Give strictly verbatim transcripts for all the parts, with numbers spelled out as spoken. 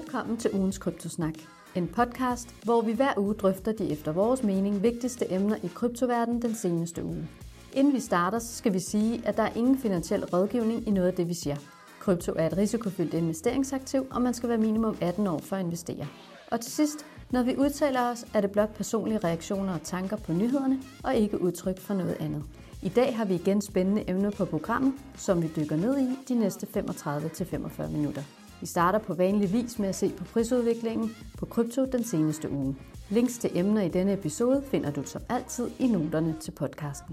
Velkommen til ugens Kryptosnak, en podcast, hvor vi hver uge drøfter de efter vores mening vigtigste emner i kryptoverdenen den seneste uge. Inden vi starter, så skal vi sige, at der er ingen finansiel rådgivning i noget af det, vi siger. Krypto er et risikofyldt investeringsaktiv, og man skal være minimum atten år for at investere. Og til sidst, når vi udtaler os, er det blot personlige reaktioner og tanker på nyhederne, og ikke udtryk for noget andet. I dag har vi igen spændende emner på programmet, som vi dykker ned i de næste femogtredive til femogfyrre minutter. Vi starter på vanlig vis med at se på prisudviklingen på krypto den seneste uge. Links til emner i denne episode finder du som altid i noterne til podcasten.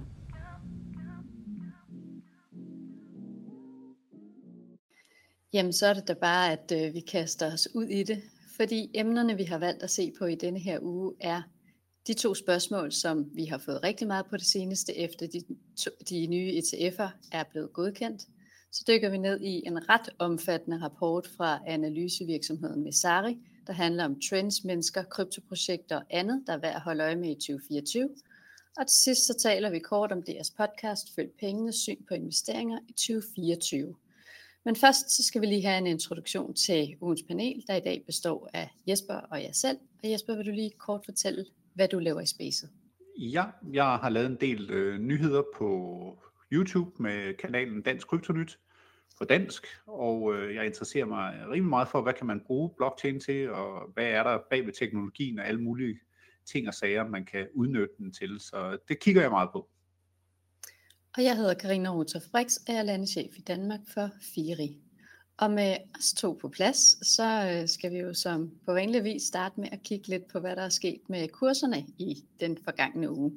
Jamen så er det da bare, at øh, vi kaster os ud i det, fordi emnerne, vi har valgt at se på i denne her uge, er de to spørgsmål, som vi har fået rigtig meget på det seneste, efter de, to, de nye E T F'er er blevet godkendt. Så dykker vi ned i en ret omfattende rapport fra analysevirksomheden Messari, der handler om trends, mennesker, kryptoprojekter og andet, der er værd at holde øje med i tyve fireogtyve. Og til sidst så taler vi kort om deres podcast, Følg pengene, syn på investeringer i tyve fireogtyve. Men først så skal vi lige have en introduktion til ugens panel, der i dag består af Jesper og jeg selv. Og Jesper, vil du lige kort fortælle, hvad du laver i spacet? Ja, jeg har lavet en del øh, nyheder på YouTube med kanalen Dansk Kryptonyt på dansk, og øh, jeg interesserer mig rimelig meget for, hvad kan man bruge blockchain til, og hvad er der bag ved teknologien og alle mulige ting og sager, man kan udnytte den til. Så det kigger jeg meget på. Og jeg hedder Karina Rother Frix, og jeg er landeschef i Danmark for Firi. Og med os to på plads, så skal vi jo som på vanlig vis starte med at kigge lidt på, hvad der er sket med kurserne i den forgangne uge.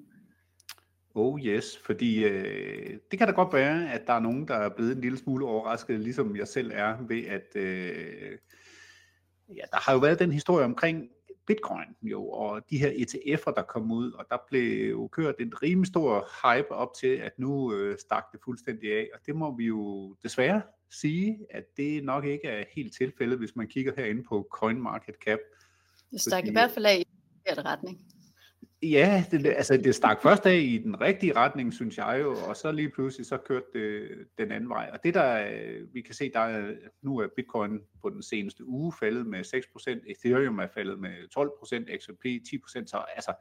Oh yes, fordi øh, det kan da godt være, at der er nogen, der er blevet en lille smule overrasket, ligesom jeg selv er, ved at øh, ja, der har jo været den historie omkring Bitcoin jo, og de her E T F'er, der kom ud, og der blev jo kørt en rimelig stor hype op til, at nu øh, stak det fuldstændig af, og det må vi jo desværre sige, at det nok ikke er helt tilfældet, hvis man kigger herinde på CoinMarketCap. Det stak i hvert fald af i den retning. Ja, det, altså det stak først af i den rigtige retning, synes jeg jo, og så lige pludselig så kørte det den anden vej. Og det der, vi kan se, der er, nu er Bitcoin på den seneste uge faldet med seks procent, Ethereum er faldet med tolv procent, X R P ti procent, så altså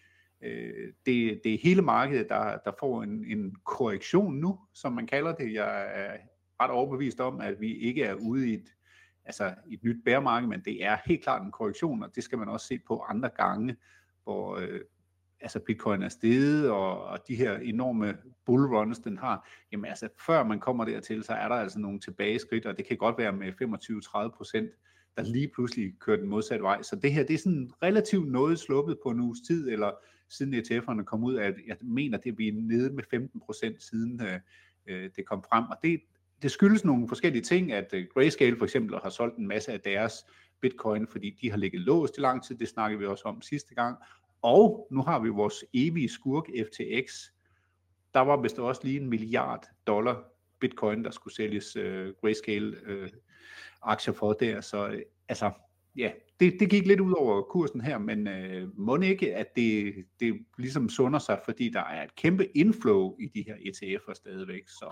det, det er hele markedet, der, der får en, en korrektion nu, som man kalder det. Jeg er ret overbevist om, at vi ikke er ude i et, altså et nyt bærmarked, men det er helt klart en korrektion, og det skal man også se på andre gange, hvor øh, altså Bitcoin er steget, og, og de her enorme bullruns, den har, jamen altså før man kommer dertil, så er der altså nogle tilbageskridt, og det kan godt være med femogtyve til tredive procent, der lige pludselig kører den modsatte vej. Så det her, det er sådan relativt noget sluppet på en uges tid, eller siden E T F'erne kom ud, at jeg mener, det bliver nede med femten procent siden øh, det kom frem, og det, det skyldes nogle forskellige ting, at øh, Grayscale for eksempel har solgt en masse af deres Bitcoin, fordi de har ligget låst i lang tid, det snakkede vi også om sidste gang, og nu har vi vores evige skurk F T X, der var vist også lige en milliard dollar Bitcoin, der skulle sælges øh, Grayscale øh, aktier for der, så øh, altså, ja, det, det gik lidt ud over kursen her, men øh, må ikke, at det, det ligesom sunder sig, fordi der er et kæmpe inflow i de her E T F'er stadigvæk, så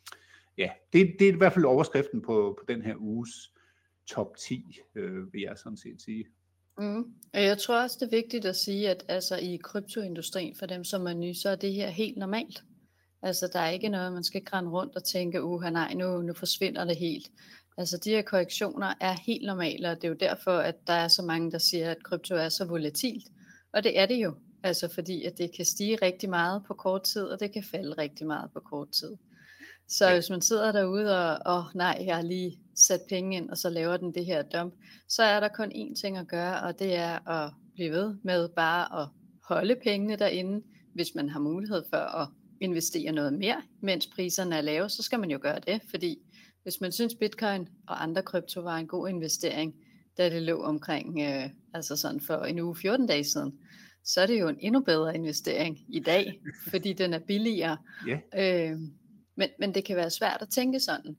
ja, det, det er i hvert fald overskriften på, på den her uges top ti, øh, vil jeg sådan set sige. Mm. Jeg tror også, det er vigtigt at sige, at altså, i kryptoindustrien, for dem som er nye, så er det her helt normalt. Altså, der er ikke noget, man skal grænne rundt og tænke, uha nej, nu, nu forsvinder det helt. Altså, de her korrektioner er helt normale, og det er jo derfor, at der er så mange, der siger, at krypto er så volatilt. Og det er det jo, altså fordi, at det kan stige rigtig meget på kort tid, og det kan falde rigtig meget på kort tid. Så ja. Hvis man sidder derude og, åh nej, jeg har lige sat penge ind, og så laver den det her dump, så er der kun én ting at gøre, og det er at blive ved med bare at holde pengene derinde. Hvis man har mulighed for at investere noget mere, mens priserne er lave, så skal man jo gøre det, fordi hvis man synes Bitcoin og andre krypto var en god investering, da det lå omkring, øh, altså sådan for en uge fjorten dage siden, så er det jo en endnu bedre investering i dag, fordi den er billigere. Yeah. Øh, men, men det kan være svært at tænke sådan.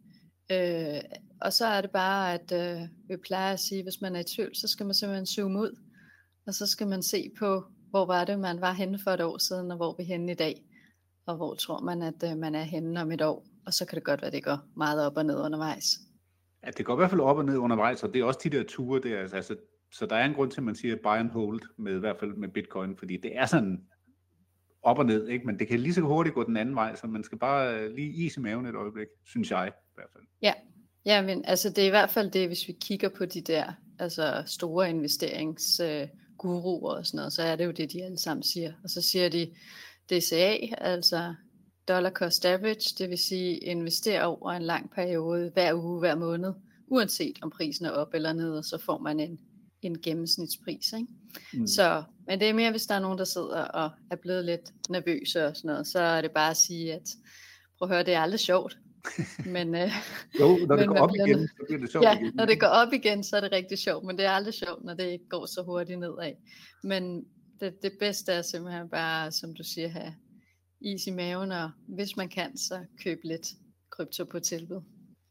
Øh, og så er det bare, at øh, vi plejer at sige, hvis man er i tvivl, så skal man simpelthen zoome ud, og så skal man se på, hvor var det, man var henne for et år siden, og hvor vi er henne i dag, og hvor tror man, at øh, man er henne om et år, og så kan det godt være, at det går meget op og ned undervejs. Ja, det går i hvert fald op og ned undervejs, og det er også de der ture der. Altså, så der er en grund til, at man siger buy and hold, med, i hvert fald med Bitcoin, fordi det er sådan op og ned, ikke? Men det kan lige så hurtigt gå den anden vej, så man skal bare lige is i maven et øjeblik, synes jeg i hvert fald. Ja, ja, men altså det er i hvert fald det, hvis vi kigger på de der altså store investeringsguruer og sådan noget, så er det jo det, de alle sammen siger. Og så siger de D C A, altså dollar cost average, det vil sige investere over en lang periode, hver uge, hver måned, uanset om prisen er op eller ned, og så får man en, en gennemsnitspris. Ikke? Mm. Så, men det er mere, hvis der er nogen, der sidder og er blevet lidt nervøse og sådan noget, så er det bare at sige, at prøv at høre, det er aldrig sjovt. Men, øh, jo, når det men går op igen, så bliver det sjovt ja, igen. når det går op igen, så er det rigtig sjovt, men det er aldrig sjovt, når det ikke går så hurtigt nedad. Men det, det bedste er simpelthen bare, som du siger, have is i maven, og hvis man kan, så køb lidt krypto på tilbud.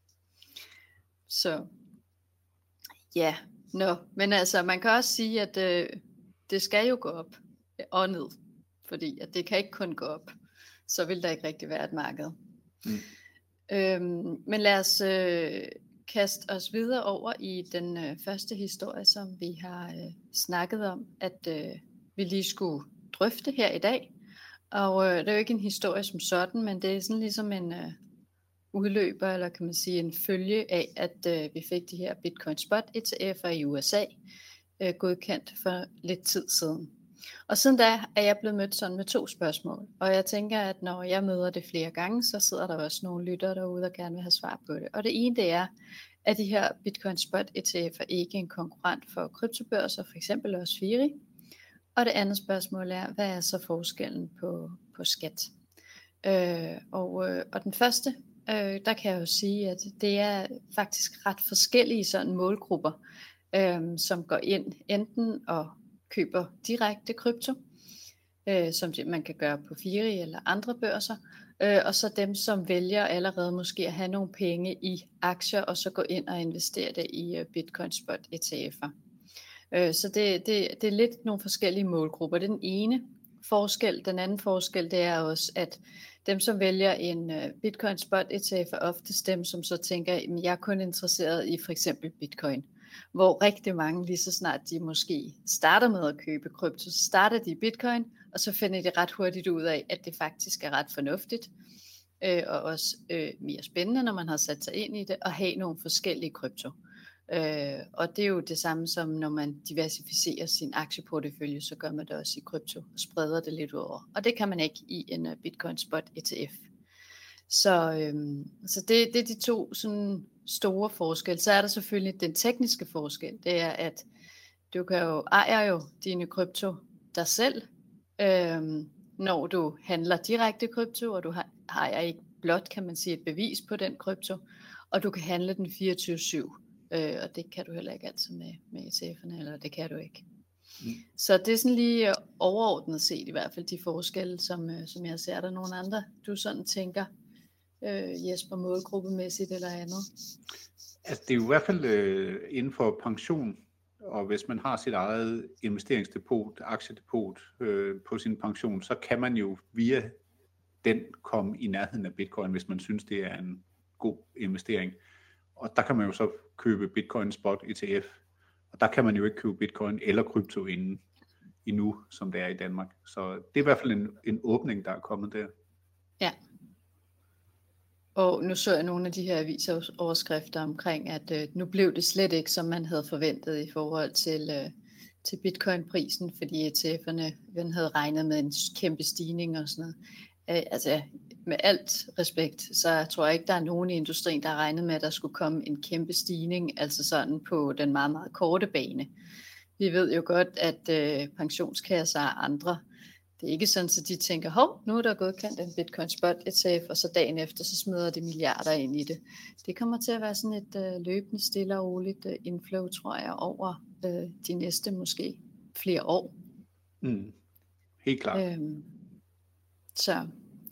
Så ja, nå, men altså man kan også sige, at øh, det skal jo gå op og ned, fordi at det kan ikke kun gå op, så vil der ikke rigtig være et marked. Mm. Øhm, men lad os øh, kaste os videre over i den øh, første historie, som vi har øh, snakket om, at øh, vi lige skulle drøfte her i dag. Og øh, det er jo ikke en historie som sådan, men det er sådan ligesom en øh, udløber, eller kan man sige en følge af, at øh, vi fik de her Bitcoin Spot E T F'er i U S A øh, godkendt for lidt tid siden. Og siden da er jeg blevet mødt sådan med to spørgsmål, og jeg tænker, at når jeg møder det flere gange, så sidder der også nogle lyttere derude, der gerne vil have svar på det. Og det ene det er, at de her Bitcoin Spot E T F'er ikke er en konkurrent for kryptobørser, for eksempel også Firi. Og det andet spørgsmål er, hvad er så forskellen på, på skat? Øh, og, øh, og den første, øh, der kan jeg jo sige, at det er faktisk ret forskellige sådan målgrupper, øh, som går ind enten og køber direkte krypto, øh, som man kan gøre på Firi eller andre børser, øh, og så dem, som vælger allerede måske at have nogle penge i aktier, og så gå ind og investere det i uh, Bitcoin Spot E T F'er. Øh, så det, det, det er lidt nogle forskellige målgrupper. Det er den ene forskel. Den anden forskel, det er også, at dem, som vælger en uh, Bitcoin Spot E T F, er oftest dem, som så tænker, at jeg er kun interesseret i for eksempel Bitcoin. Hvor rigtig mange, lige så snart de måske starter med at købe krypto, så starter de i Bitcoin, og så finder de ret hurtigt ud af, at det faktisk er ret fornuftigt, øh, og også øh, mere spændende, når man har sat sig ind i det, at have nogle forskellige krypto. Øh, og det er jo det samme som, når man diversificerer sin aktieportefølje, så gør man det også i krypto, og spreder det lidt over. Og det kan man ikke i en uh, Bitcoin Spot E T F. Så, øhm, så det, det er de to sådan store forskelle. Så er der selvfølgelig den tekniske forskel. Det er, at du kan jo ejer jo dine krypto dig selv, øhm, når du handler direkte krypto, og du har, ejer ikke blot, kan man sige, et bevis på den krypto, og du kan handle den fireogtyve syv, øh, og det kan du heller ikke altid med, med E T F'erne, eller det kan du ikke. Mm. Så det er sådan lige overordnet set i hvert fald de forskelle, som, øh, som jeg ser. Er der nogle andre, du sådan tænker, Øh, Jesper, målgruppemæssigt eller andet? Altså det er jo i hvert fald øh, inden for pension, og hvis man har sit eget investeringsdepot, aktiedepot øh, på sin pension, så kan man jo via den komme i nærheden af Bitcoin, hvis man synes, det er en god investering. Og der kan man jo så købe Bitcoin Spot E T F, og der kan man jo ikke købe Bitcoin eller krypto inden, endnu, som det er i Danmark. Så det er i hvert fald en, en åbning, der er kommet der. Ja. Og nu så jeg nogle af de her avisoverskrifter omkring, at øh, nu blev det slet ikke, som man havde forventet i forhold til, øh, til bitcoin-prisen, fordi E T F'erne den havde regnet med en kæmpe stigning og sådan noget. Øh, altså med alt respekt, så tror jeg ikke, der er nogen i industrien, der har regnet med, at der skulle komme en kæmpe stigning, altså sådan på den meget, meget korte bane. Vi ved jo godt, at øh, pensionskasser og andre, det er ikke sådan, at de tænker, hov, nu er der godkendt en Bitcoin Spot E T F, og så dagen efter, så smider de milliarder ind i det. Det kommer til at være sådan et øh, løbende, stille og roligt øh, inflow, tror jeg, over øh, de næste måske flere år. Mm. Helt klart. Øhm, så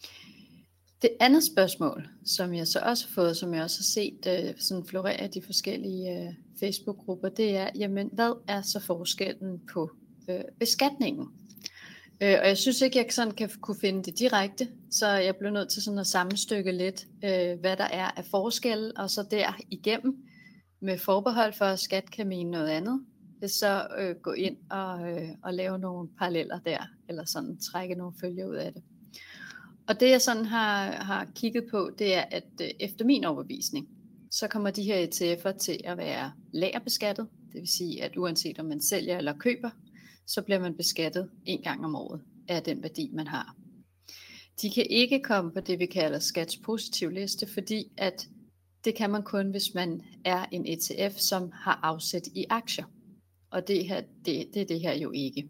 det andet spørgsmål, som jeg så også har fået, som jeg også har set øh, sådan florere i de forskellige øh, Facebook-grupper, det er, jamen, hvad er så forskellen på øh, beskatningen? Øh, og jeg synes ikke, jeg sådan kan kunne finde det direkte, så jeg blev nødt til sådan at sammenstykke lidt, øh, hvad der er af forskelle, og så der igennem med forbehold for, at skat kan mene noget andet, vil så øh, gå ind og, øh, og lave nogle paralleller der, eller sådan trække nogle følger ud af det. Og det jeg sådan har, har kigget på, det er, at øh, efter min overbevisning, så kommer de her E T F'er til at være lagerbeskattet. Det vil sige, at uanset om man sælger eller køber, så bliver man beskattet en gang om året af den værdi, man har. De kan ikke komme på det, vi kalder skats positiv liste, fordi at det kan man kun, hvis man er en E T F, som har afsæt i aktier. Og det, her, det, det er det her jo ikke.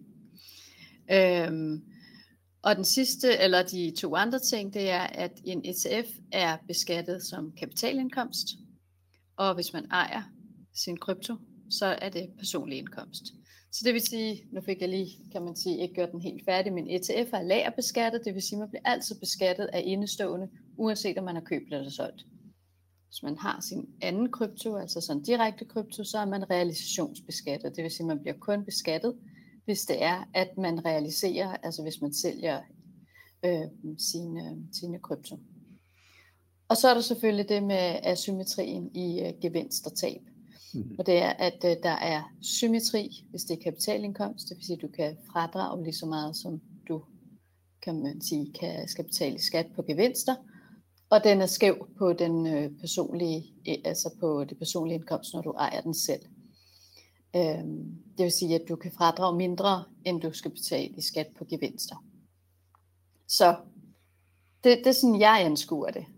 Øhm, og den sidste, eller de to andre ting, det er, at en E T F er beskattet som kapitalindkomst. Og hvis man ejer sin krypto, så er det personlig indkomst. Så det vil sige, nu fik jeg lige, kan man sige, ikke gjort den helt færdig, men E T F er lagerbeskattet, det vil sige, at man bliver altid beskattet af indestående, uanset om man har købt eller solgt. Hvis man har sin anden krypto, altså sådan direkte krypto, så er man realisationsbeskattet. Det vil sige, at man bliver kun beskattet, hvis det er, at man realiserer, altså hvis man sælger øh, sine, sine krypto. Og så er der selvfølgelig det med asymmetrien i øh, gevinst og tab. Mm. Og det er, at øh, der er symmetri, hvis det er kapitalindkomst, det vil sige, at du kan fradrage lige så meget, som du kan, man sige, kan, skal betale i skat på gevinster. Og den er skæv på den øh, personlige, altså på det personlige indkomst, når du ejer den selv. Øhm, det vil sige, at du kan fradrage mindre, end du skal betale i skat på gevinster. Så det, det er sådan, jeg anskuer det.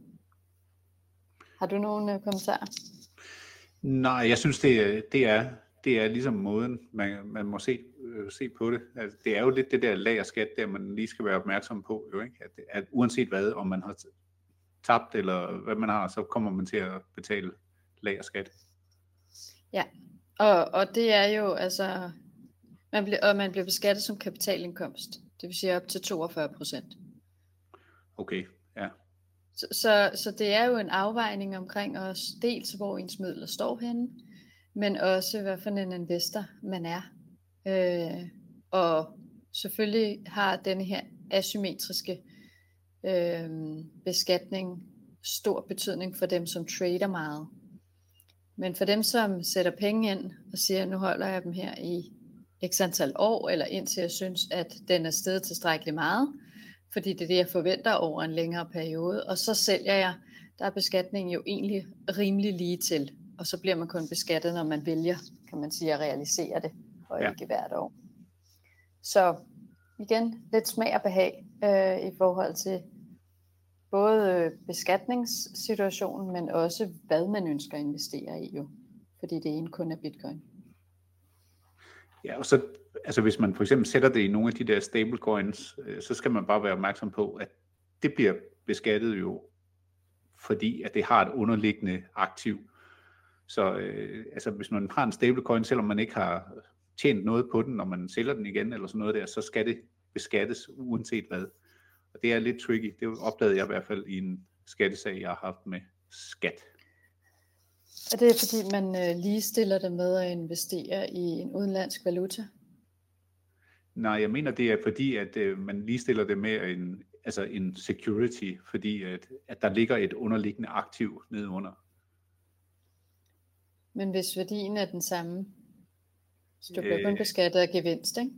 Har du nogle øh, kommentarer? Nej, jeg synes, det er, det er, det er ligesom måden, man, man må se, øh, se på det. Altså, det er jo lidt det der lagerskat, der man lige skal være opmærksom på. Jo, ikke? At, at uanset hvad, om man har tabt eller hvad man har, så kommer man til at betale lagerskat. Ja, og, og det er jo altså, man bliver, og man bliver beskattet som kapitalindkomst. Det vil sige op til toogfyrre procent. Okay, ja. Så, så, så det er jo en afvejning omkring os, dels hvor ens midler står henne, men også hvad for en investor man er. Øh, og selvfølgelig har denne her asymmetriske øh, beskatning stor betydning for dem, som trader meget. Men for dem, som sætter penge ind og siger, nu holder jeg dem her i x antal år, eller indtil jeg synes, at den er steget tilstrækkeligt meget, fordi det er det, jeg forventer over en længere periode, og så sælger jeg, der er beskatningen jo egentlig rimelig lige til, og så bliver man kun beskattet, når man vælger, kan man sige, at realisere det, og ja. Ikke hvert år. Så igen, lidt smag og behag øh, i forhold til både beskatningssituationen, men også hvad man ønsker at investere i jo, fordi det ene kun er bitcoin. Ja, og så altså hvis man for eksempel sætter det i nogle af de der stablecoins, øh, så skal man bare være opmærksom på, at det bliver beskattet jo, fordi at det har et underliggende aktiv. Så øh, altså hvis man har en stablecoin, selvom man ikke har tjent noget på den, når man sælger den igen eller sådan noget der, så skal det beskattes uanset hvad. Og det er lidt tricky. Det opdagede jeg i hvert fald i en skattesag, jeg har haft med skat. Er det fordi, man øh, ligestiller det med at investere i en udenlandsk valuta? Nej, jeg mener, det er fordi, at øh, man ligestiller det med en, altså en security, fordi at, at der ligger et underliggende aktiv nedunder. Men hvis værdien er den samme, så du bliver øh, kun beskattet af gevinst, ikke?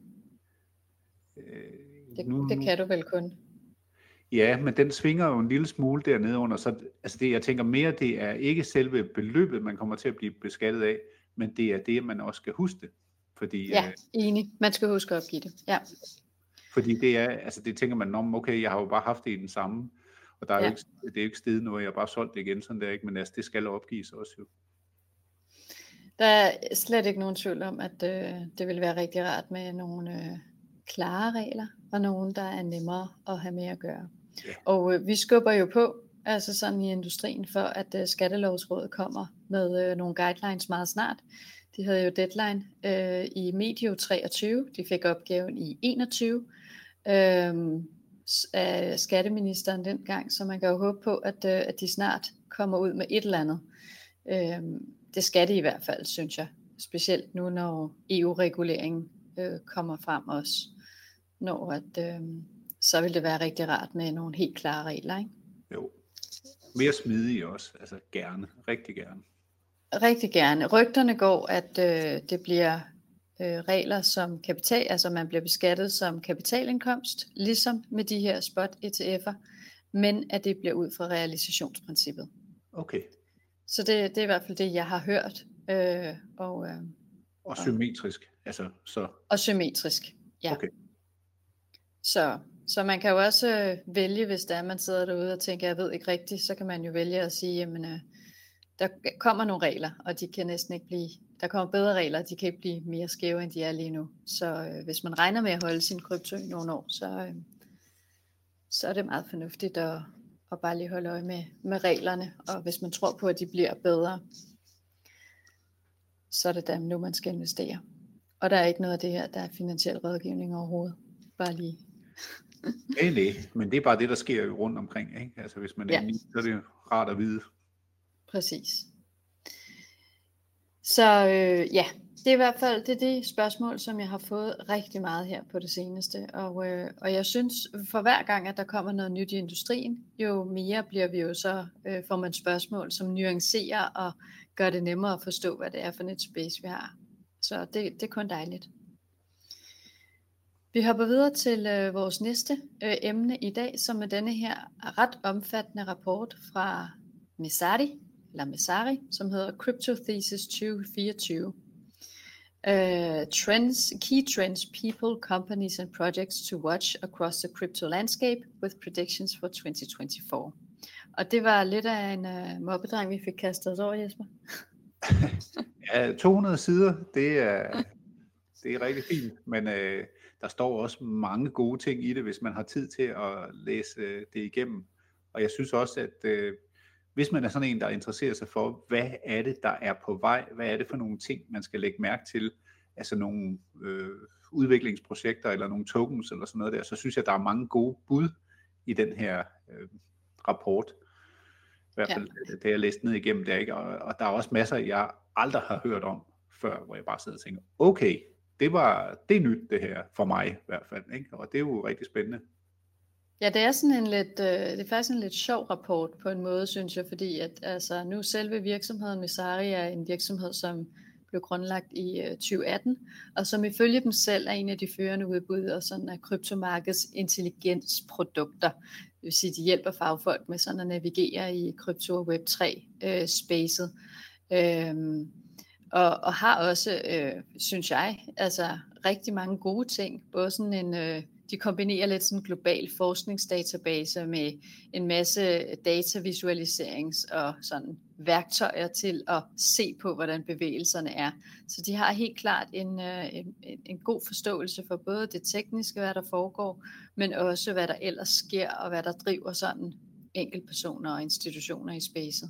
Øh, det, nu, det kan du vel kun. Ja, men den svinger jo en lille smule dernede under, så altså det, jeg tænker mere, det er ikke selve beløbet, man kommer til at blive beskattet af, men det er det, man også skal huske det. Fordi, ja, øh, enig. Man skal huske at opgive det. Ja. Fordi det er, altså det tænker man om, okay, jeg har jo bare haft det i den samme, og der er ja. jo ikke, det er jo ikke steget noget, jeg har bare solgt det igen, sådan der, ikke? Men altså, det skal opgives også jo. Der er slet ikke nogen tvivl om, at øh, det vil være rigtig rart med nogle øh, klare regler, og nogle, der er nemmere at have med at gøre. Yeah. Og øh, vi skubber jo på, altså sådan i industrien, for at øh, Skattelovsrådet kommer med øh, nogle guidelines meget snart. De havde jo deadline øh, i medio treogtyve, de fik opgaven i enogtyve øh, af skatteministeren dengang, så man kan jo håbe på, at, øh, at de snart kommer ud med et eller andet. Øh, det skal de i hvert fald, synes jeg, specielt nu, når E U-reguleringen øh, kommer frem også, når at... Øh, så vil det være rigtig rart med nogle helt klare regler, ikke? Jo. Mere smidige også, altså gerne, rigtig gerne. Rigtig gerne. Rygterne går, at øh, det bliver øh, regler som kapital, altså man bliver beskattet som kapitalindkomst, ligesom med de her spot-E T F'er, men at det bliver ud fra realisationsprincippet. Okay. Så det, det er i hvert fald det, jeg har hørt. Øh, og, øh, og symmetrisk. Altså, så... Og symmetrisk, ja. Okay. Så, så man kan jo også øh, vælge, hvis der er, man sidder derude og tænker, jeg ved ikke rigtigt, så kan man jo vælge at sige, jamen, øh, der kommer nogle regler, og de kan næsten ikke blive, der kommer bedre regler, de kan ikke blive mere skæve, end de er lige nu. Så øh, hvis man regner med at holde sin krypto i nogle år, så, øh, så er det meget fornuftigt at, at bare lige holde øje med, med reglerne, og hvis man tror på, at de bliver bedre, så er det der nu, man skal investere. Og der er ikke noget af det her, der er finansiel rådgivning overhovedet. Bare lige. Nej, nej, men det er bare det, der sker rundt omkring, ikke? Altså hvis man er ja. inde, så er det rart at vide. Præcis. Så øh, ja, det er i hvert fald det, er det spørgsmål, som jeg har fået rigtig meget her på det seneste. Og, øh, og jeg synes, for hver gang, at der kommer noget nyt i industrien, jo mere bliver vi jo så, øh, får man spørgsmål, som nuancerer og gør det nemmere at forstå, hvad det er for et space, vi har. Så det, det er kun dejligt. Vi hopper videre til øh, vores næste øh, emne i dag, som er denne her ret omfattende rapport fra Messari, eller Messari, som hedder Crypto Thesis tyve fireogtyve. Uh, trends, key trends, people, companies and projects to watch across the crypto landscape with predictions for tyve tyve-fire. Og det var lidt af en uh, mobbedreng, vi fik kastet os over, Jesper. Ja, to hundrede sider, det er, det er rigtig fint, men øh, der står også mange gode ting i det, hvis man har tid til at læse øh, det igennem. Og jeg synes også, at øh, hvis man er sådan en, der interesserer sig for, hvad er det, der er på vej, hvad er det for nogle ting, man skal lægge mærke til, altså nogle øh, udviklingsprojekter eller nogle tokens eller sådan noget der, så synes jeg, der er mange gode bud i den her øh, rapport. I hvert fald, ja. Det jeg læste ned igennem der, ikke? Og, og der er også masser, jeg aldrig har hørt om før, hvor jeg bare sidder og tænker, okay, det var det er nyt det her, for mig i hvert fald, ikke? Og det er jo rigtig spændende. Ja, det er sådan en lidt, øh, det er faktisk en lidt sjov rapport på en måde, synes jeg, fordi at altså nu selve virksomheden Messari er en virksomhed, som blev grundlagt i øh, tyve atten, og som ifølge dem selv er en af de førende udbydere sådan af kryptomarkeds intelligensprodukter. Det vil sige, de hjælper fagfolk med sådan at navigere i krypto og web tre øh, spacet. Øhm, og, og har også, øh, synes jeg, altså rigtig mange gode ting, både sådan en øh, de kombinerer lidt sådan en global forskningsdatabase med en masse datavisualiserings og sådan værktøjer til at se på, hvordan bevægelserne er. Så de har helt klart en, en, en god forståelse for både det tekniske, hvad der foregår, men også hvad der ellers sker, og hvad der driver sådan enkeltpersoner og institutioner i spacet.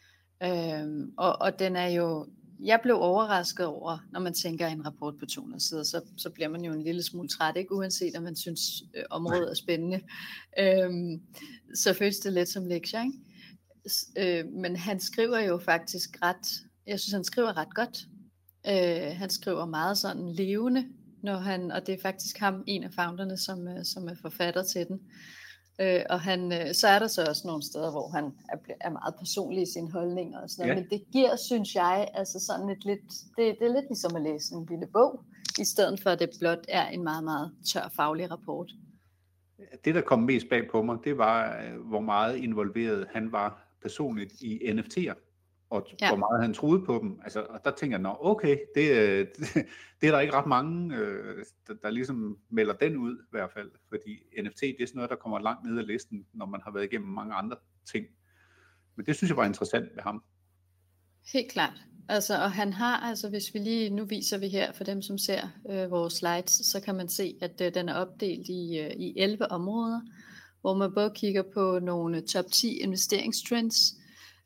Øhm, og, og den er jo Jeg blev overrasket over, når man tænker en rapport på to hundrede sider, så, så bliver man jo en lille smule træt, ikke? Uanset om man synes øh, området er spændende. Øhm, så føles det lidt som lektier, ikke? Øh, men han skriver jo faktisk ret, jeg synes han skriver ret godt. Øh, han skriver meget sådan levende, når han, og det er faktisk ham, en af founderne, som, som er forfatter til den. Øh, og han, øh, så er der så også nogle steder, hvor han er, er meget personlig i sine holdninger og sådan noget. Ja. Men det giver, synes jeg, altså sådan et lidt, det, det er lidt ligesom at læse en lille bog, i stedet for at det blot er en meget, meget tør faglig rapport. Det, der kom mest bag på mig, det var, hvor meget involveret han var personligt i N F T'er, og ja. Hvor meget han troede på dem. Altså, og der tænker jeg, nå okay, det, det, det er der ikke ret mange, øh, der, der ligesom melder den ud i hvert fald, fordi N F T, det er sådan noget, der kommer langt ned ad listen, når man har været igennem mange andre ting. Men det synes jeg var interessant ved ham. Helt klart. Altså, og han har, altså hvis vi lige, nu viser vi her for dem, som ser øh, vores slides, så kan man se, at øh, den er opdelt i, øh, i elleve områder, hvor man både kigger på nogle top ti investeringstrends.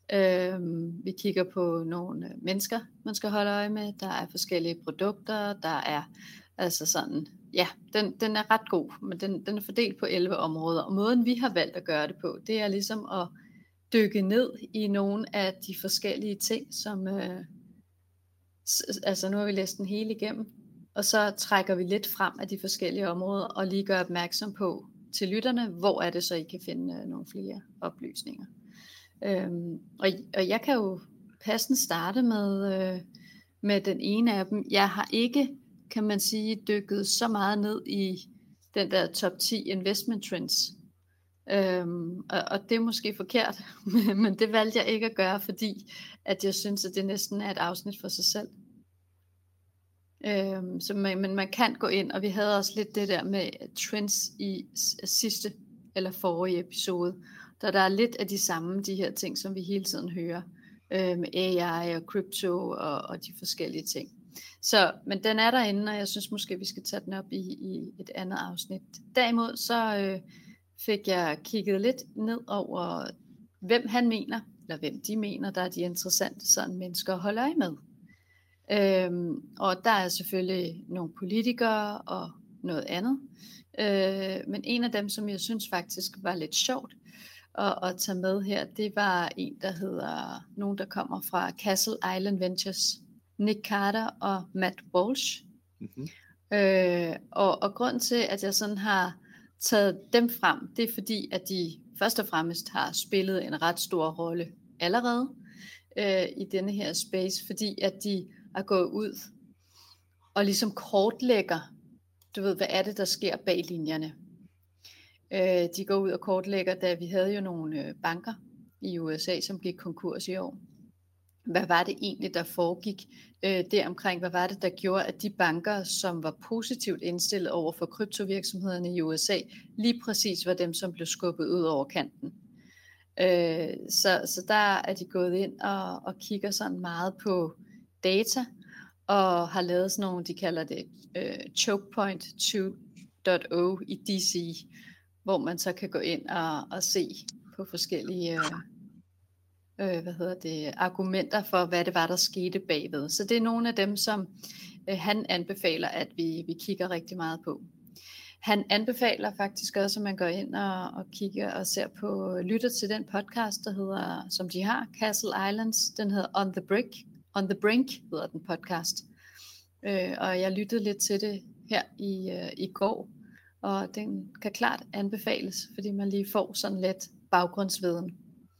Øhm, vi kigger på nogle mennesker, man skal holde øje med. Der er forskellige produkter, der er altså sådan, ja, den, den er ret god, men den, den er fordelt på elleve områder. Og måden vi har valgt at gøre det på, det er ligesom at dykke ned i nogle af de forskellige ting, som, øh, altså nu har vi læst den hele igennem, og så trækker vi lidt frem af de forskellige områder, og lige gør opmærksom på til lytterne, hvor er det så, I kan finde øh, nogle flere oplysninger. Øhm, og, og jeg kan jo passende starte med, øh, med den ene af dem. Jeg har ikke, kan man sige, dykket så meget ned i den der top ti investment trends. Øhm, og, og det er måske forkert, men det valgte jeg ikke at gøre, fordi at jeg synes, at det næsten er et afsnit for sig selv. Øhm, så man, men man kan gå ind, og vi havde også lidt det der med trends i sidste eller forrige episode, der der er lidt af de samme, de her ting, som vi hele tiden hører, øh, med A I og crypto og, og de forskellige ting. Så, men den er derinde, og jeg synes måske, vi skal tage den op i, i et andet afsnit. Derimod så øh, fik jeg kigget lidt ned over, hvem han mener, eller hvem de mener, der er de interessante sådan mennesker at holde øje med. Øhm, og der er selvfølgelig nogle politikere og noget andet. Øh, men en af dem, som jeg synes faktisk var lidt sjovt at, at tage med her, det var en, der hedder, nogen der kommer fra Castle Island Ventures, Nick Carter og Matt Walsh. Mm-hmm. Øh, og, og grund til, at jeg sådan har taget dem frem, det er fordi, at de først og fremmest har spillet en ret stor rolle allerede øh, i denne her space, fordi at de er gået ud og ligesom kortlægger, du ved, hvad er det, der sker bag linjerne. Øh, de går ud og kortlægger, da vi havde jo nogle øh, banker i U S A, som gik konkurs i år. Hvad var det egentlig, der foregik øh, deromkring? Hvad var det, der gjorde, at de banker, som var positivt indstillet over for kryptovirksomhederne i U S A, lige præcis var dem, som blev skubbet ud over kanten? Øh, så, så der er de gået ind og, og kigger sådan meget på data, og har lavet sådan nogle, de kalder det øh, Choke Point to punkt nul i D C, hvor man så kan gå ind og, og se på forskellige øh, øh, hvad hedder det, argumenter for, hvad det var, der skete bagved. Så det er nogle af dem, som øh, han anbefaler, at vi, vi kigger rigtig meget på. Han anbefaler faktisk også, at man går ind og, og kigger og ser på, lytter til den podcast, der hedder, som de har, Castle Islands. Den hedder On the Brink. On the Brink hedder den podcast. Øh, og jeg lyttede lidt til det her i, øh, i går, og den kan klart anbefales, fordi man lige får sådan lidt baggrundsviden.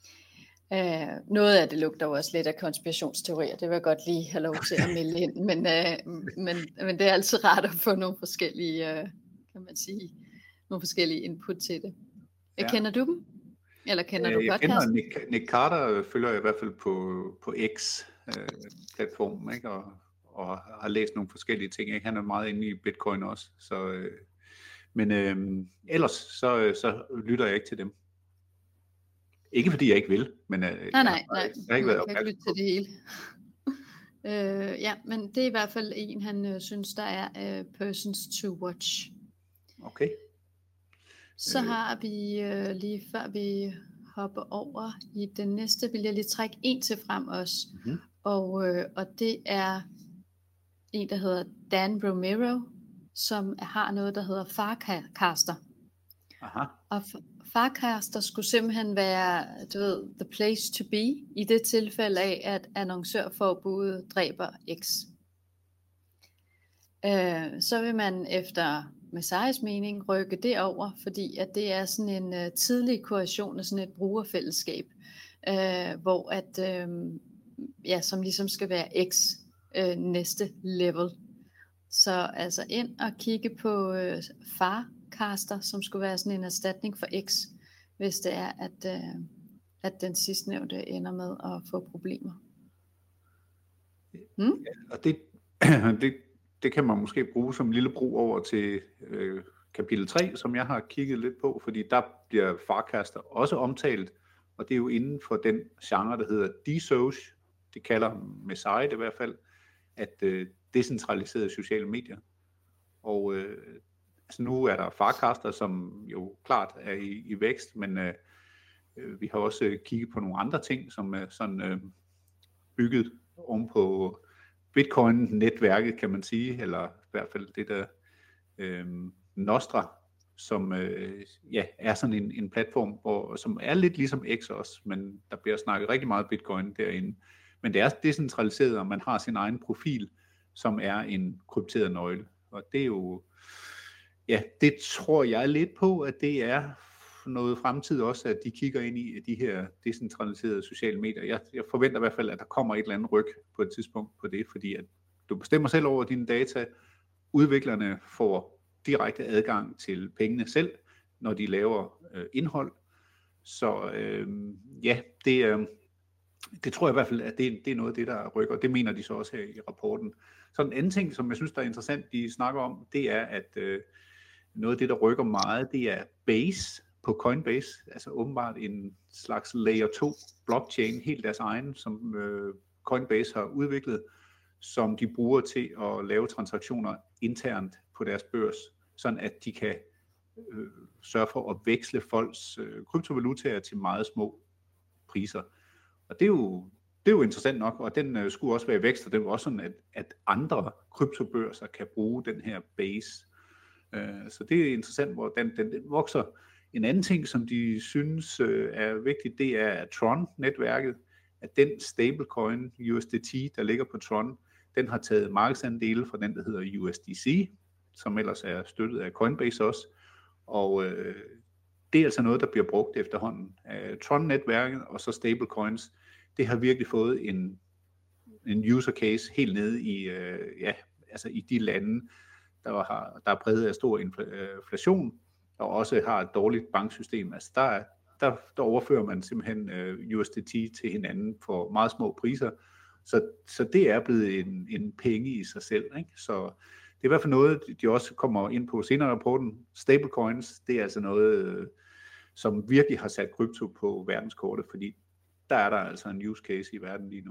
Øh, noget af det lugter jo også lidt af konspirationsteorier, det vil jeg godt lige have lov til at melde ind, men, øh, men, men det er altid rart at få nogle forskellige, øh, kan man sige, nogle forskellige input til det. Ja. Kender du dem? Eller kender du jeg podcasten? Jeg kender Nick, Nick Carter, følger jeg i hvert fald på, på X-platformen, ikke? Og, og har læst nogle forskellige ting, ikke? Han er meget inde i Bitcoin også, så, øh, men øh, ellers så, så lytter jeg ikke til dem. Ikke fordi jeg ikke vil, men øh, nej, nej, nej. jeg har ikke været opmærksom på. Til det hele. øh, ja, men det er i hvert fald en, han øh, synes, der er uh, persons to watch. Okay. Så har vi øh, lige før vi hopper over i den næste, vil jeg lige trække en til frem også. Mm-hmm. Og, øh, og det er en, der hedder Dan Romero, som har noget, der hedder Farcaster. Aha. Og Farcaster skulle simpelthen være, du ved, the place to be, i det tilfælde af, at annoncørforbuddet dræber X. Øh, så vil man efter Messiahs mening rykke det over, fordi at det er sådan en uh, tidlig kuration af sådan et brugerfællesskab, uh, hvor at, um, ja, som ligesom skal være X uh, næste level. Så altså ind og kigge på uh, Farcaster, som skulle være sådan en erstatning for X, hvis det er, at, uh, at den sidstnævnte ender med at få problemer. Hmm? Ja, og det, det Det kan man måske bruge som lille bro over til øh, kapitel tre, som jeg har kigget lidt på, fordi der bliver Farcaster også omtalt, og det er jo inden for den genre, der hedder DeSoc, det kalder Messiah det i hvert fald, at øh, decentraliserede sociale medier. Og øh, altså nu er der Farcaster, som jo klart er i, i vækst, men øh, vi har også kigget på nogle andre ting, som er sådan øh, bygget ovenpå Bitcoin-netværket, kan man sige, eller i hvert fald det der øh, Nostra, som øh, ja, er sådan en, en platform, hvor, som er lidt ligesom X også, men der bliver snakket rigtig meget Bitcoin derinde. Men det er decentraliseret, og man har sin egen profil, som er en krypteret nøgle. Og det er jo, ja, det tror jeg lidt på, at det er for noget fremtid også, at de kigger ind i de her decentraliserede sociale medier. Jeg, jeg forventer i hvert fald, at der kommer et eller andet ryg på et tidspunkt på det, fordi at du bestemmer selv over dine data. Udviklerne får direkte adgang til pengene selv, når de laver øh, indhold. Så øh, ja, det, øh, det tror jeg i hvert fald, at det, det er noget af det, der rykker. Det mener de så også her i rapporten. Så en anden ting, som jeg synes, der er interessant, de snakker om, det er, at øh, noget af det, der rykker meget, det er Base på Coinbase. Altså åbenbart en slags layer to blockchain, helt deres egen, som øh, Coinbase har udviklet, som de bruger til at lave transaktioner internt på deres børs, sådan at de kan øh, sørge for at veksle folks øh, kryptovalutaer til meget små priser. Og det er jo, det er jo interessant nok, og den øh, skulle også være i vækst, og det er jo også sådan, at, at andre kryptobørser kan bruge den her base. Øh, så det er interessant, hvordan den, den vokser. En anden ting, som de synes øh, er vigtigt, det er Tron-netværket, at den stablecoin U S D T, der ligger på Tron, den har taget markedsandele fra den, der hedder U S D C, som ellers er støttet af Coinbase også. Og øh, det er altså noget, der bliver brugt efterhånden. Uh, Tron-netværket og så stablecoins, det har virkelig fået en, en user case helt nede i, øh, ja, altså i de lande, der, har, der er præget af stor inflation, og også har et dårligt banksystem. Altså der, der, der overfører man simpelthen øh, U S D T til hinanden for meget små priser. Så, så det er blevet en, en penge i sig selv. Ikke? Så det er i hvert fald noget, de også kommer ind på senere i rapporten. Stablecoins, det er altså noget, øh, som virkelig har sat krypto på verdenskortet, fordi der er der altså en use case i verden lige nu.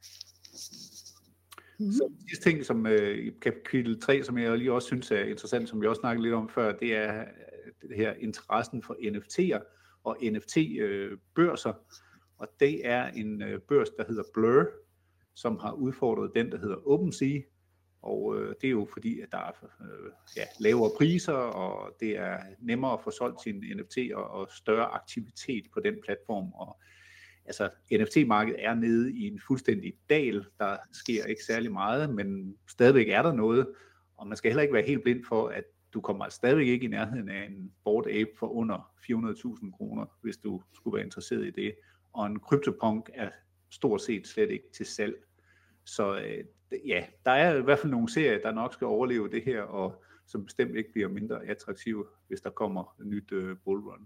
Mm-hmm. Så sidste ting, som øh, kapitel tre, som jeg lige også synes er interessant, som vi også snakkede lidt om før, det er det her interessen for N F T'er og N F T-børser. Og det er en øh, børs, der hedder Blur, som har udfordret den, der hedder OpenSea. Og øh, det er jo fordi, at der er øh, ja, lavere priser, og det er nemmere at få solgt sine N F T'er og større aktivitet på den platform. Og altså, N F T-markedet er nede i en fuldstændig dal. Der sker ikke særlig meget, men stadigvæk er der noget. Og man skal heller ikke være helt blind for, at du kommer stadigvæk ikke i nærheden af en Bored Ape for under fire hundrede tusind kroner, hvis du skulle være interesseret i det. Og en CryptoPunk er stort set slet ikke til salg. Så øh, ja, der er i hvert fald nogle serier, der nok skal overleve det her, og som bestemt ikke bliver mindre attraktive, hvis der kommer et nyt øh, bullrun.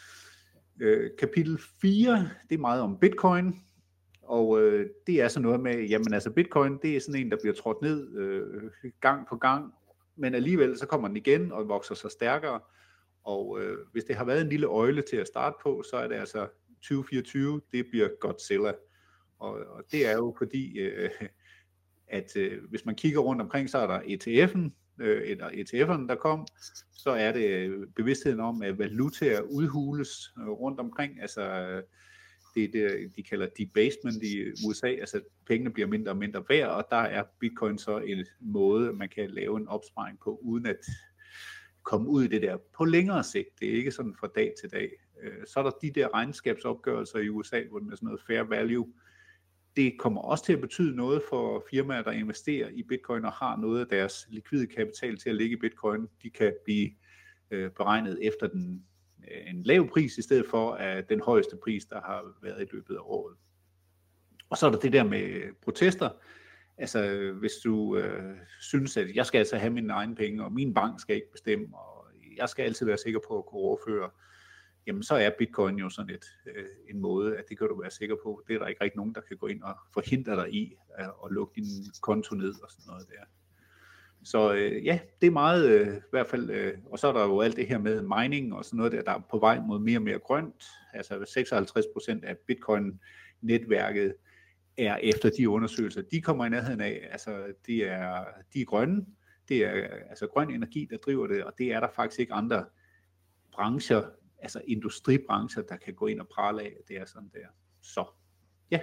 Øh, kapitel fire, det er meget om Bitcoin, og øh, det er sådan noget med, jamen altså Bitcoin, det er sådan en, der bliver trådt ned øh, gang på gang, men alligevel så kommer den igen og vokser sig stærkere, og øh, hvis det har været en lille øjle til at starte på, så er det altså tyve fireogtyve, det bliver Godzilla. Og, og det er jo fordi, øh, at øh, hvis man kigger rundt omkring, så er der E T F'en, øh, eller E T F'erne, der kom, så er det bevidstheden om, at valutaer udhules øh, rundt omkring. Altså, det er det, de kalder debasement i U S A, altså pengene bliver mindre og mindre værd, og der er Bitcoin så en måde, man kan lave en opsparing på, uden at komme ud i det der på længere sigt. Det er ikke sådan fra dag til dag. Så er der de der regnskabsopgørelser i U S A, hvor det er sådan noget fair value. Det kommer også til at betyde noget for firmaer, der investerer i Bitcoin og har noget af deres likvide kapital til at ligge i Bitcoin. De kan blive øh, beregnet efter den, øh, en lav pris, i stedet for at den højeste pris, der har været i løbet af året. Og så er der det der med protester. Altså hvis du øh, synes, at jeg skal altså have mine egne penge, og min bank skal ikke bestemme, og jeg skal altid være sikker på at kunne overføre, jamen så er Bitcoin jo sådan et, øh, en måde, at det kan du være sikker på. Det er der ikke rigtig nogen, der kan gå ind og forhindre dig i at, at lukke din konto ned og sådan noget der. Så øh, ja, det er meget øh, i hvert fald, øh, og så er der jo alt det her med mining og sådan noget der, der er på vej mod mere og mere grønt. Altså seksoghalvtreds procent af Bitcoin-netværket er efter de undersøgelser, de kommer i nærheden af, altså de er, de er grønne. Det er altså grøn energi, der driver det, og det er der faktisk ikke andre brancher, altså industribrancher, der kan gå ind og prale af, det er sådan der. Så, ja.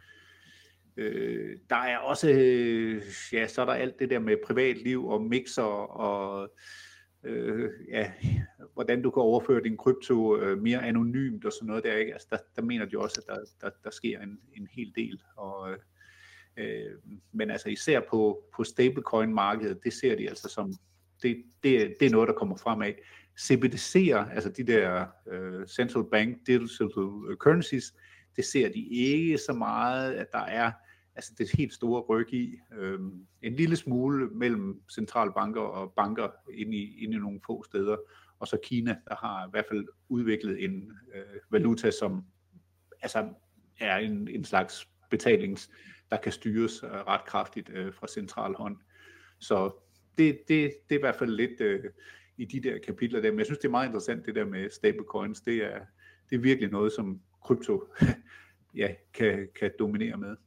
Øh, der er også, øh, ja, så er der alt det der med privatliv og mixer og, øh, ja, hvordan du kan overføre din krypto øh, mere anonymt og sådan noget der, ikke? Altså, der, der mener de også, at der, der, der sker en, en hel del, og øh, men altså især på, på stablecoin-markedet, det ser de altså som, det, det, det er noget, der kommer fremad. C B D C'er, altså de der uh, central bank digital currencies, det ser de ikke så meget, at der er altså det helt store ryg i. Øhm, en lille smule mellem centralbanker og banker inde i, inde i nogle få steder, og så Kina, der har i hvert fald udviklet en øh, valuta, som altså er en, en slags betalings, der kan styres øh, ret kraftigt øh, fra central hånd. Så det, det, det er i hvert fald lidt øh, i de der kapitler der, men jeg synes, det er meget interessant, det der med stablecoins. Det er, det er virkelig noget, som krypto ja, kan, kan dominere med.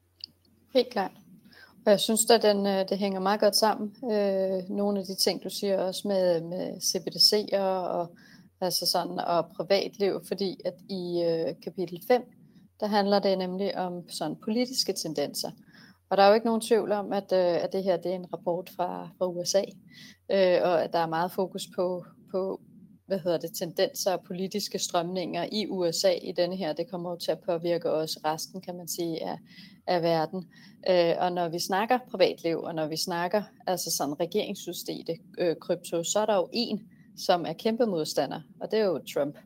Helt klart. Og jeg synes, at den, det hænger meget godt sammen. Øh, nogle af de ting, du siger også med, med C B D C'er og, altså sådan, og privatliv, fordi at i øh, kapitel fem, der handler det nemlig om sådan politiske tendenser. Og der er jo ikke nogen tvivl om, at, øh, at det her det er en rapport fra, fra U S A, øh, og at der er meget fokus på, på hvad hedder det, tendenser og politiske strømninger i U S A i denne her. Det kommer jo til at påvirke også resten, kan man sige, af, af verden. Øh, og når vi snakker privatliv, og når vi snakker altså sådan regeringsudstedte øh, krypto, så er der jo en, som er kæmpe modstander, og det er jo Trump.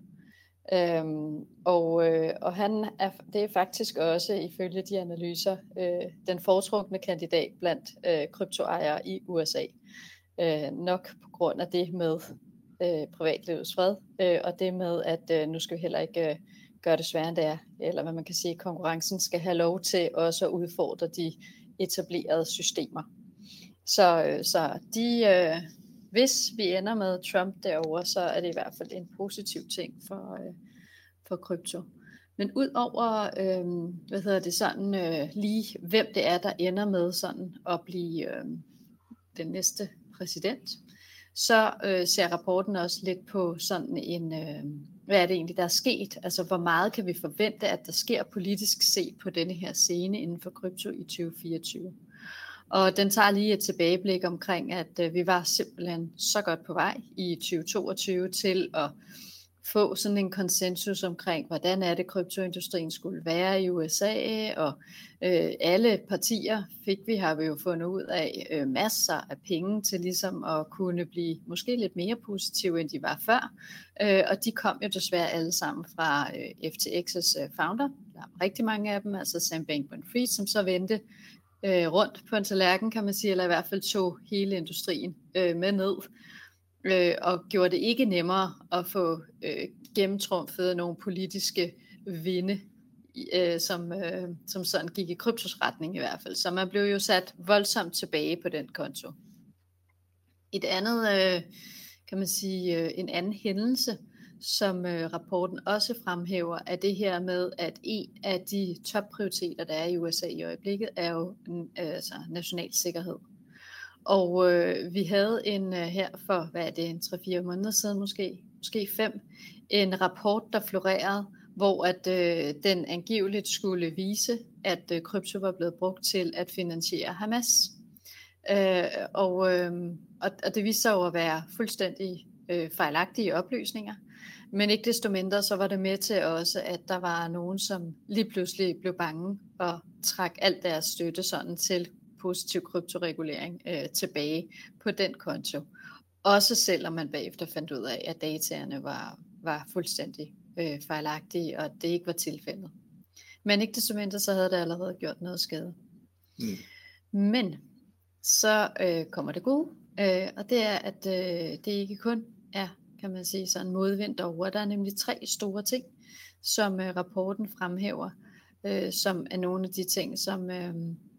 Øhm, og, øh, og han er, det er faktisk også ifølge de analyser øh, den foretrukne kandidat blandt øh, kryptoejere i U S A. Øh, nok på grund af det med øh, privatlivets fred, øh, og det med, at øh, nu skal vi heller ikke øh, gøre det sværere end det er, eller hvad man kan sige, konkurrencen skal have lov til også at udfordre de etablerede systemer. Så, øh, så de... Øh, Hvis vi ender med Trump derovre, så er det i hvert fald en positiv ting for, øh, for krypto. Men ud over, øh, hvad hedder det sådan, øh, lige hvem det er, der ender med sådan at blive øh, den næste præsident, så øh, ser rapporten også lidt på sådan en, øh, hvad er det egentlig, der er sket? Altså, hvor meget kan vi forvente, at der sker politisk set på denne her scene inden for krypto i tyve fireogtyve? Og den tager lige et tilbageblik omkring, at øh, vi var simpelthen så godt på vej i tyve toogtyve til at få sådan en konsensus omkring, hvordan er det, kryptoindustrien skulle være i U S A, og øh, alle partier fik vi, har vi jo fundet ud af, øh, masser af penge til ligesom at kunne blive måske lidt mere positive, end de var før, øh, og de kom jo desværre alle sammen fra øh, F T X's øh, founder, der er rigtig mange af dem, altså Sam Bankman-Fried, som så vendte øh, rundt på en tallerken, kan man sige, eller i hvert fald tog hele industrien øh, med ned, øh, og gjorde det ikke nemmere at få øh, gennemtrumfet nogle politiske vinde, øh, som, øh, som sådan gik i kryptos retning i hvert fald. Så man blev jo sat voldsomt tilbage på den konto. Et andet, øh, kan man sige, øh, en anden hændelse, som øh, rapporten også fremhæver, er det her med, at en af de topprioriteter, der er i U S A i øjeblikket, er jo øh, altså national sikkerhed. Og øh, vi havde en øh, her for, hvad er det, en tre fire måneder siden måske, måske fem, en rapport, der florerede, hvor at øh, den angiveligt skulle vise, at øh, krypto var blevet brugt til at finansiere Hamas. Øh, og, øh, og, og det viste sig jo at være fuldstændig øh, fejlagtige oplysninger. Men ikke desto mindre, så var det med til også, at der var nogen, som lige pludselig blev bange og trak alt deres støtte sådan til positiv kryptoregulering øh, tilbage på den konto. Også selvom man bagefter fandt ud af, at dataerne var, var fuldstændig øh, fejlagtige, og det ikke var tilfældet. Men ikke desto mindre, så havde det allerede gjort noget skade. Mm. Men så øh, kommer det gode, øh, og det er, at øh, det ikke kun er, kan man sige, sådan modvind derovre. Der er nemlig tre store ting, som øh, rapporten fremhæver, øh, som er nogle af de ting, som, øh,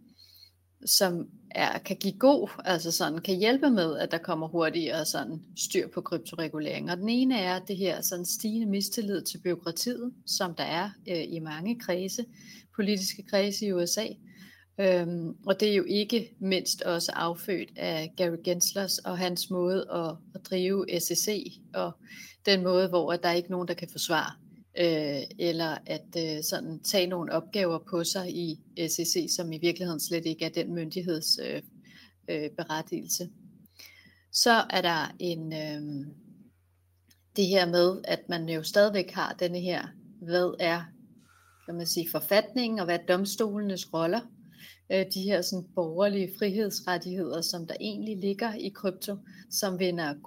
som er, kan give god, altså sådan kan hjælpe med, at der kommer hurtigere sådan styr på kryptoregulering. Og den ene er det her sådan stigende mistillid til byråkratiet, som der er øh, i mange kredse, politiske kredse i U S A. Øhm, og det er jo ikke mindst også affødt af Gary Gensler og hans måde at, at drive S E C, og den måde, hvor der er ikke nogen, der kan forsvare, øh, eller at øh, sådan tage nogle opgaver på sig i S E C, som i virkeligheden slet ikke er den myndigheds øh, øh, berettigelse. Så er der en øh, det her med, at man jo stadigvæk har denne her, hvad er, kan man sige, forfatningen, og hvad er domstolenes roller, de her sådan borgerlige frihedsrettigheder, som der egentlig ligger i krypto, som vinder god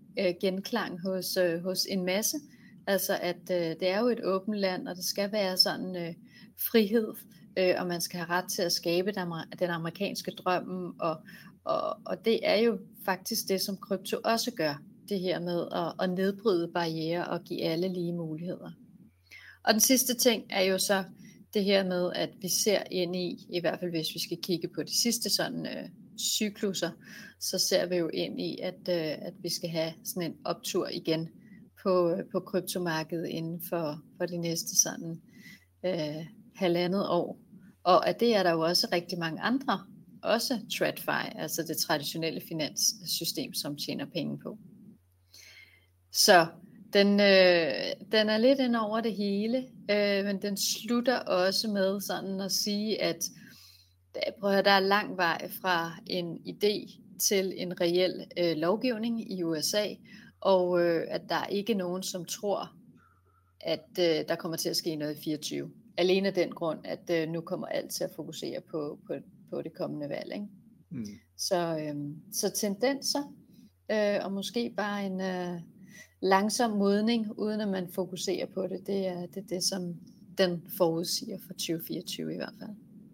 øh, genklang hos, øh, hos en masse. Altså at øh, det er jo et åbent land, og det skal være sådan øh, frihed, øh, og man skal have ret til at skabe den, den amerikanske drøm, og, og, og det er jo faktisk det, som krypto også gør, det her med at, at nedbryde barrierer og give alle lige muligheder. Og den sidste ting er jo så det her med, at vi ser ind i, i hvert fald hvis vi skal kigge på de sidste sådan øh, cykluser, så ser vi jo ind i, at, øh, at vi skal have sådan en optur igen på, på kryptomarkedet inden for, for de næste sådan øh, halvandet år. Og at det er der jo også rigtig mange andre, også TradFi, altså det traditionelle finanssystem, som tjener penge på. Så den, øh, den er lidt ind over det hele, øh, men den slutter også med sådan at sige, at prøv at høre, der er lang vej fra en idé til en reel øh, lovgivning i U S A, og øh, at der er ikke nogen, som tror, at øh, der kommer til at ske noget i fireogtyve. Alene af den grund, at øh, nu kommer alt til at fokusere på, på, på det kommende valg. Ikke? Mm. Så, øh, så tendenser, øh, og måske bare en øh, langsom modning, uden at man fokuserer på det, det er det, er det som den forudsiger for tyve fireogtyve i hvert fald.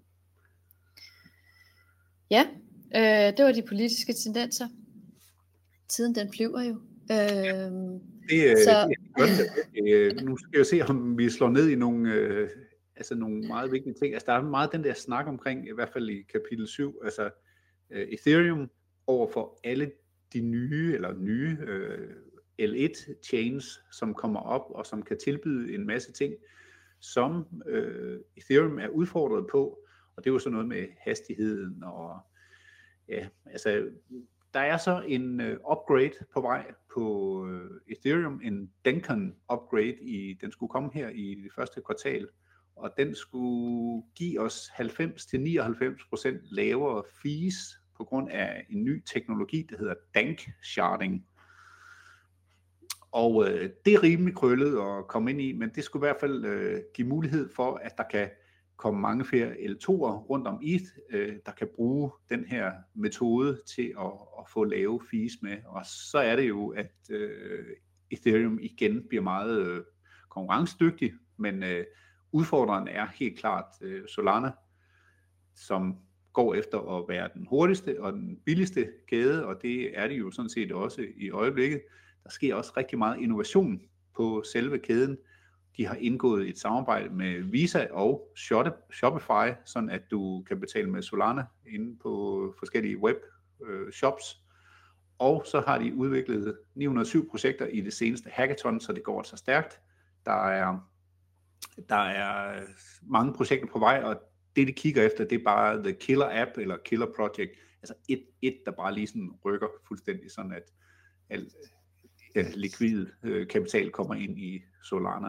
Ja, øh, det var de politiske tendenser. Tiden den flyver jo. Øh, det, så... det, nu skal jeg se, om vi slår ned i nogle, øh, altså nogle meget vigtige ting. Altså, der er meget den der snak omkring, i hvert fald i kapitel syv, altså øh, Ethereum over for alle de nye, eller nye øh, L et chains, som kommer op, og som kan tilbyde en masse ting, som øh, Ethereum er udfordret på. Og det er jo sådan noget med hastigheden, og ja, altså... Der er så en uh, upgrade på vej på uh, Ethereum, en Dencon upgrade, i, den skulle komme her i det første kvartal, og den skulle give os halvfems til nioghalvfems procent lavere fees på grund af en ny teknologi, der hedder dank sharding. Og uh, det er rimelig krøllet at komme ind i, men det skulle i hvert fald uh, give mulighed for, at der kan komme mange flere L to'er rundt om E T H, øh, der kan bruge den her metode til at, at få lave fees med. Og så er det jo, at øh, Ethereum igen bliver meget øh, konkurrencedygtig, men øh, udfordreren er helt klart øh, Solana, som går efter at være den hurtigste og den billigste kæde, og det er det jo sådan set også i øjeblikket. Der sker også rigtig meget innovation på selve kæden. De har indgået et samarbejde med Visa og Shopify, sådan at du kan betale med Solana inde på forskellige web øh, shops. Og så har de udviklet ni hundrede og syv projekter i det seneste hackathon, så det går altså stærkt. Der er, der er mange projekter på vej, og det de kigger efter, det er bare the killer app eller killer project. Altså et, et der bare lige sådan rykker fuldstændig, sådan at al ja, likvid øh, kapital kommer ind i Solana.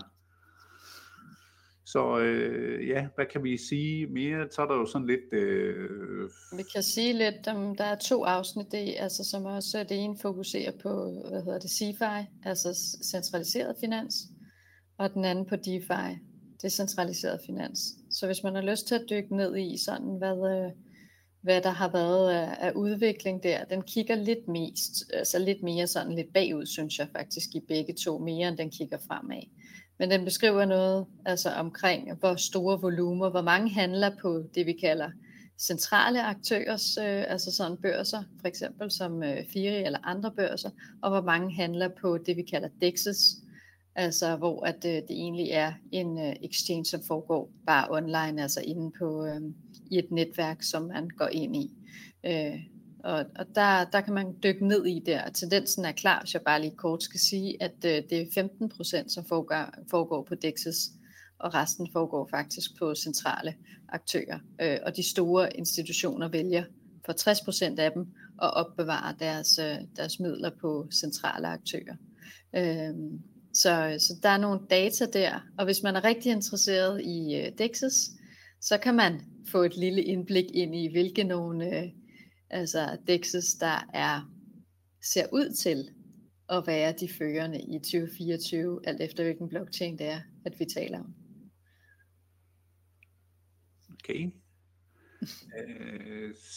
Så øh, ja, hvad kan vi sige mere? Så er der jo sådan lidt... Øh... Vi kan sige lidt om, der er to afsnit, det, altså, som også det ene fokuserer på, hvad hedder det, CeFi, altså centraliseret finans, og den anden på DeFi, decentraliseret finans. Så hvis man har lyst til at dykke ned i sådan, hvad, hvad der har været af, af udvikling der, den kigger lidt mest, altså lidt mere sådan lidt bagud, synes jeg faktisk, i begge to, mere end den kigger fremad. Men den beskriver noget altså omkring, hvor store volumer, hvor mange handler på det, vi kalder centrale aktørers, øh, altså sådan børser, for eksempel som øh, Firi eller andre børser, og hvor mange handler på det, vi kalder D E X's, altså hvor at, øh, det egentlig er en øh, exchange, som foregår bare online, altså inde på øh, i et netværk, som man går ind i. Øh, Og, og der, der kan man dykke ned i der. Tendensen er klar, hvis jeg bare lige kort skal sige, at øh, det er femten procent, som foregår, foregår på D E X's, og resten foregår faktisk på centrale aktører. Øh, og de store institutioner vælger for tres procent af dem at opbevare deres, øh, deres midler på centrale aktører. Øh, så, så der er nogle data der, og hvis man er rigtig interesseret i øh, D E X's, så kan man få et lille indblik ind i, hvilke nogle... Øh, altså D E X's, der er, ser ud til at være de førende i tyve fireogtyve, alt efter hvilken blockchain det er, at vi taler om. Okay. øh,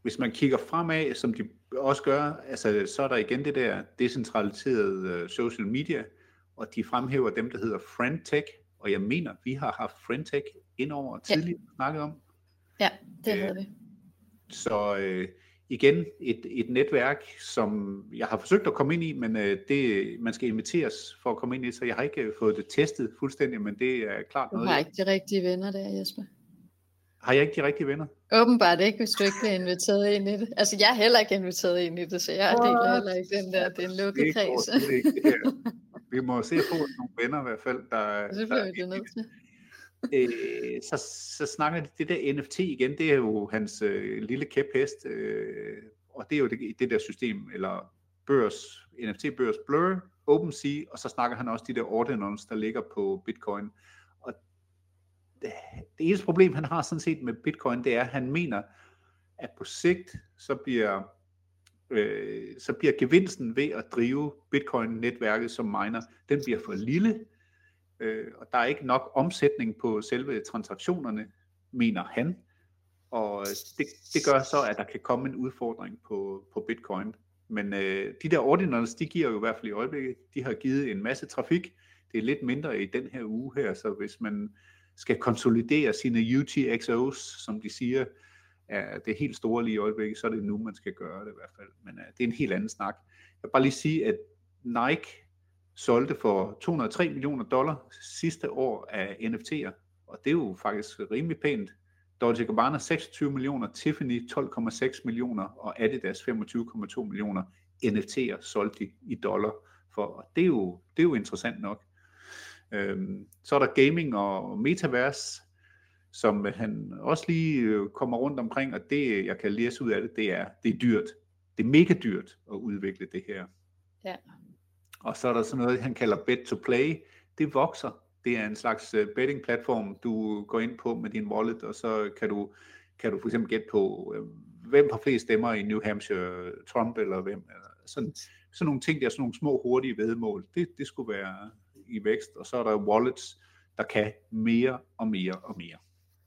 hvis man kigger fremad, som de også gør, altså, så er der igen det der decentraliserede uh, social media, og de fremhæver dem, der hedder Friendtech, og jeg mener, vi har haft Friendtech indover tidligere ja. snakket om. Ja, det øh, havde vi. Så øh, igen, et, et netværk, som jeg har forsøgt at komme ind i, men øh, det, man skal inviteres for at komme ind i, så jeg har ikke fået det testet fuldstændig, men det er klart du noget. Du har ikke de rigtige venner der, Jesper. Har jeg ikke de rigtige venner? Åbenbart ikke, hvis du ikke bliver inviteret ind i det. Altså, jeg er heller ikke inviteret ind i det, så jeg deler heller ikke den der, det er en lukket kreds. Vi må se på nogle venner i hvert fald, der... Det bliver vi det nødt til. Øh, så, så snakker de det der N F T igen, det er jo hans øh, lille kæphest, øh, og det er jo det, det der system, eller børs, N F T-børs Blur, OpenSea, og så snakker han også de der ordinals, der ligger på Bitcoin. Og det, det eneste problem, han har sådan set med Bitcoin, det er, at han mener, at på sigt, så bliver, øh, så bliver gevinsten ved at drive Bitcoin-netværket som miner, den bliver for lille, øh, og der er ikke nok omsætning på selve transaktionerne, mener han. Og det, det gør så, at der kan komme en udfordring på, på Bitcoin. Men øh, de der ordinals, de giver jo i hvert fald i øjeblikket, de har givet en masse trafik. Det er lidt mindre i den her uge her, så hvis man skal konsolidere sine U T X O's, som de siger, er det helt store lige i øjeblikket, så er det nu, man skal gøre det i hvert fald. Men uh, det er en helt anden snak. Jeg vil bare lige sige, at Nike solgte for to hundrede og tre millioner dollar sidste år af N F T'er, og det er jo faktisk rimelig pænt. Dolce and Gabbana seksogtyve millioner, Tiffany tolv komma seks millioner og Adidas femogtyve komma to millioner N F T'er solgte de i dollar for. Og det er jo, det er jo interessant nok. Øhm, så er der gaming og metaverse, som han også lige kommer rundt omkring, og det jeg kan læse ud af det, det er, det er dyrt. Det er mega dyrt at udvikle det her. Ja. Og så er der sådan noget, han kalder bet to play. Det vokser. Det er en slags betting-platform, du går ind på med din wallet, og så kan du, kan du for eksempel gætte på, hvem har flest stemmer i New Hampshire, Trump eller hvem. Sådan, sådan nogle ting, der er sådan nogle små hurtige væddemål. Det, det skulle være i vækst, og så er der wallets, der kan mere og mere og mere.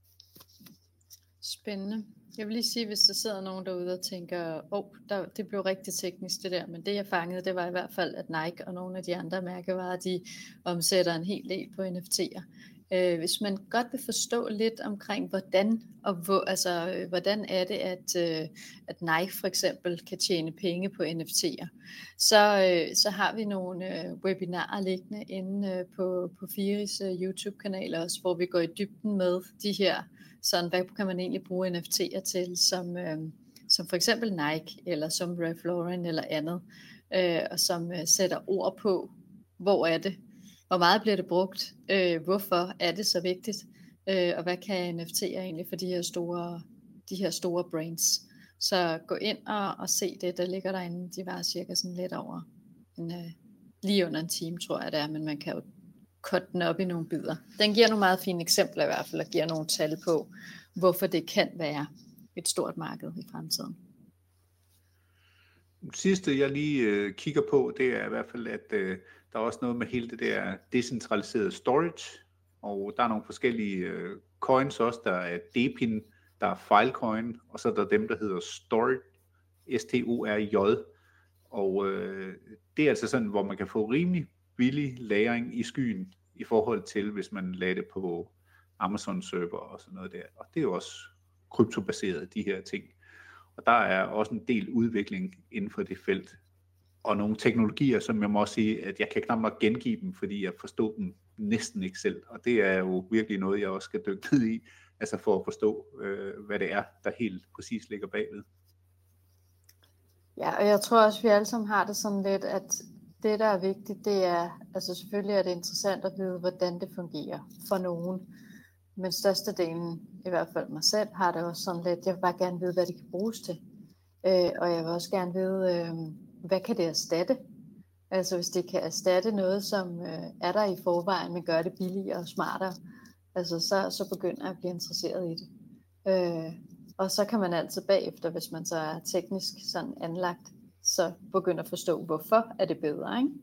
Spændende. Jeg vil lige sige, hvis der sidder nogen derude og tænker, åh, oh, der, det blev rigtig teknisk det der, men det jeg fangede, det var i hvert fald, at Nike og nogle af de andre mærkevarer, de omsætter en hel del på N F T'er. Øh, hvis man godt vil forstå lidt omkring, hvordan og hvor, altså, øh, hvordan er det, at, øh, at Nike for eksempel kan tjene penge på N F T'er, så, øh, så har vi nogle øh, webinarer liggende inde øh, på, på Firis øh, YouTube-kanal også, hvor vi går i dybden med de her, sådan hvad kan man egentlig bruge N F T'er til, som, øh, som for eksempel Nike, eller som Ralph Lauren eller andet, øh, og som øh, sætter ord på, hvor er det, hvor meget bliver det brugt, øh, hvorfor er det så vigtigt, øh, og hvad kan N F T'er egentlig for de her store, de her store brands. Så gå ind og, og se det, der ligger derinde, de var cirka sådan lidt over, en, øh, lige under en time tror jeg det er, men man kan jo cutte den op i nogle bidder. Den giver nogle meget fine eksempler i hvert fald, og giver nogle tal på, hvorfor det kan være et stort marked i fremtiden. Det sidste jeg lige øh, kigger på, det er i hvert fald, at øh, der er også noget med hele det der decentraliserede storage, og der er nogle forskellige øh, coins også, der er D E P I N, der er Filecoin, og så er der dem, der hedder Storage, S T O R J, og øh, det er altså sådan, hvor man kan få rimelig billig lagring i skyen, i forhold til, hvis man lagde det på Amazon-server og sådan noget der, og det er jo også kryptobaseret, de her ting. Og der er også en del udvikling inden for det felt. Og nogle teknologier, som jeg må også sige, at jeg kan knap nok gengive dem, fordi jeg forstår dem næsten ikke selv. Og det er jo virkelig noget, jeg også skal dykke ned i, altså for at forstå, øh, hvad det er, der helt præcis ligger bagved. Ja, og jeg tror også, vi alle sammen har det sådan lidt, at det, der er vigtigt, det er, altså selvfølgelig er det interessant at vide, hvordan det fungerer for nogen. Men størstedelen, i hvert fald mig selv, har det også sådan lidt, jeg vil bare gerne vide, hvad det kan bruges til. Øh, og jeg vil også gerne vide, øh, hvad kan det erstatte? Altså hvis det kan erstatte noget, som øh, er der i forvejen, men gør det billigere og smartere, altså så, så begynder jeg at blive interesseret i det. Øh, og så kan man altid bagefter, hvis man så er teknisk sådan anlagt, så begynder at forstå, hvorfor er det bedre, ikke?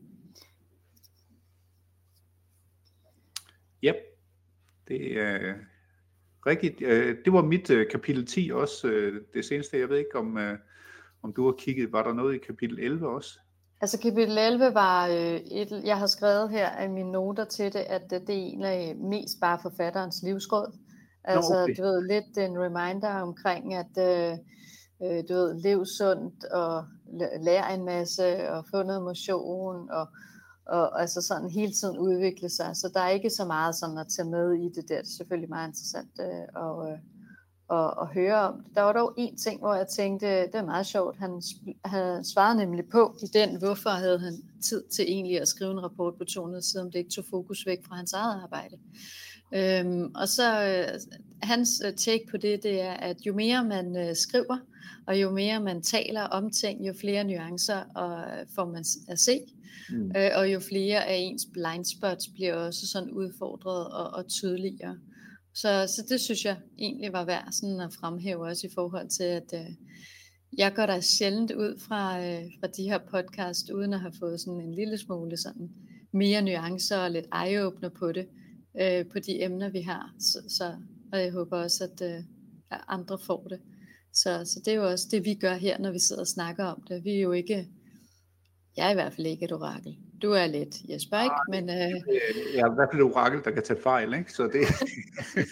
Yep. Det er rigtigt. Øh, det var mit øh, kapitel ti også, øh, det seneste. Jeg ved ikke, om, øh, om du har kigget. Var der noget i kapitel elleve også? Altså kapitel elleve var øh, et, jeg har skrevet her af mine noter til det, at det, det er egentlig mest bare forfatterens livsråd. Altså Nå, okay. du ved, lidt en reminder omkring, at øh, øh, du ved, lev sundt og lære en masse og få noget motion og, og altså sådan hele tiden udvikle sig. Så der er ikke så meget sådan at tage med i det der. Det er selvfølgelig meget interessant øh, og øh, Og, og høre om det. Der var dog en ting, hvor jeg tænkte, det er meget sjovt. Han havde svaret nemlig på i den, hvorfor havde han tid til egentlig at skrive en rapport på to hundrede sider, om det ikke tog fokus væk fra hans eget arbejde. Øhm, og så øh, hans take på det, det er, at jo mere man øh, skriver, og jo mere man taler om ting, jo flere nuancer og, får man at se. Mm. Øh, og jo flere af ens blind spots bliver også sådan udfordret og, og tydeligere. Så, så det synes jeg egentlig var værd sådan at fremhæve også i forhold til, at øh, jeg går da sjældent ud fra, øh, fra de her podcast, uden at have fået sådan en lille smule sådan mere nuancer og lidt eye-opener på det, øh, på de emner vi har. Så, så, og jeg håber også, at, øh, at andre får det. Så, så det er jo også det, vi gør her, når vi sidder og snakker om det. Vi er jo ikke, jeg er i hvert fald ikke et orakel. Du er lidt, Jesper, ikke? Men, øh... Jeg er i hvert fald et orakel, der kan tage fejl, ikke? Så det... det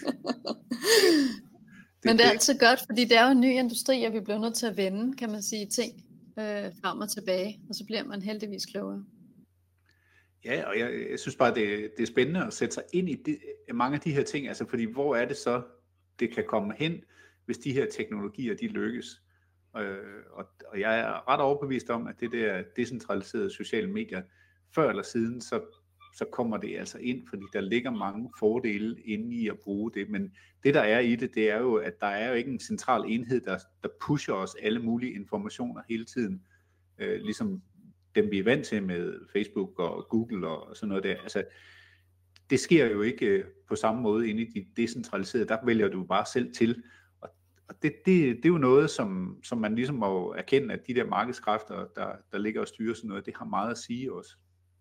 Men det er altid godt, fordi det er jo en ny industri, og vi bliver nødt til at vende, kan man sige, ting øh, frem og tilbage, og så bliver man heldigvis klogere. Ja, og jeg, jeg synes bare, det, det er spændende at sætte sig ind i de, mange af de her ting, altså fordi hvor er det så, det kan komme hen, hvis de her teknologier, de lykkes. Øh, og, og jeg er ret overbevist om, at det der decentraliserede sociale medier, før eller siden, så, så kommer det altså ind, fordi der ligger mange fordele inde i at bruge det, men det der er i det, det er jo, at der er jo ikke en central enhed, der, der pusher os alle mulige informationer hele tiden, øh, ligesom dem vi er vant til med Facebook og Google og sådan noget der. Altså, det sker jo ikke øh, på samme måde inde i de decentraliserede, der vælger du bare selv til, og, og det, det, det er jo noget, som, som man ligesom må erkende, at de der markedskræfter, der, der ligger og styrer sådan noget, det har meget at sige også.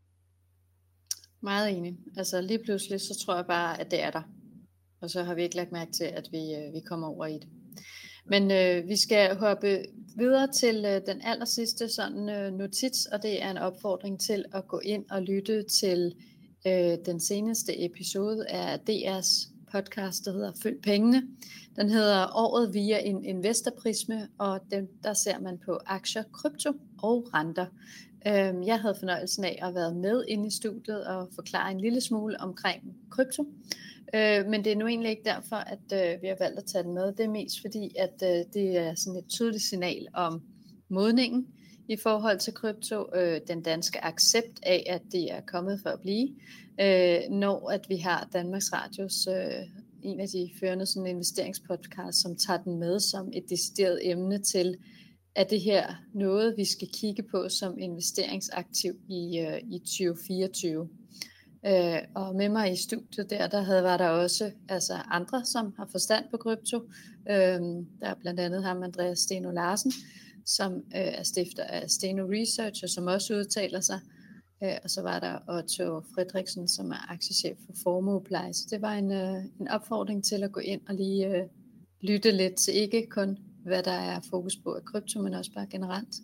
Meget enig. Altså lige pludselig, så tror jeg bare, at det er der. Og så har vi ikke lagt mærke til, at vi, øh, vi kommer over i det. Men øh, vi skal hoppe videre til øh, den aller sidste sådan, øh, notits, og det er en opfordring til at gå ind og lytte til øh, den seneste episode af D R's podcast, der hedder Følg pengene. Den hedder Året via en investorprisme, og den, der ser man på aktier, krypto og renter. Jeg havde fornøjelsen af at være med inde i studiet og forklare en lille smule omkring krypto. Men det er nu egentlig ikke derfor, at vi har valgt at tage den med. Det er mest fordi, at det er sådan et tydeligt signal om modningen i forhold til krypto. Den danske accept af, at det er kommet for at blive. Når at vi har Danmarks Radios, en af de førende sådan investeringspodcasts, som tager den med som et decideret emne til, er det her noget, vi skal kigge på som investeringsaktiv i, uh, i tyve fireogtyve. Uh, og med mig i studiet der, der havde, var der også altså andre, som har forstand på krypto. Uh, der er blandt andet ham, Andreas Steno Larsen, som uh, er stifter af Steno Research, og som også udtaler sig. Uh, og så var der Otto Fredriksen, som er aktiechef for Formuepleje. Så det var en, uh, en opfordring til at gå ind og lige uh, lytte lidt til ikke kun hvad der er fokus på af krypto, men også bare generelt.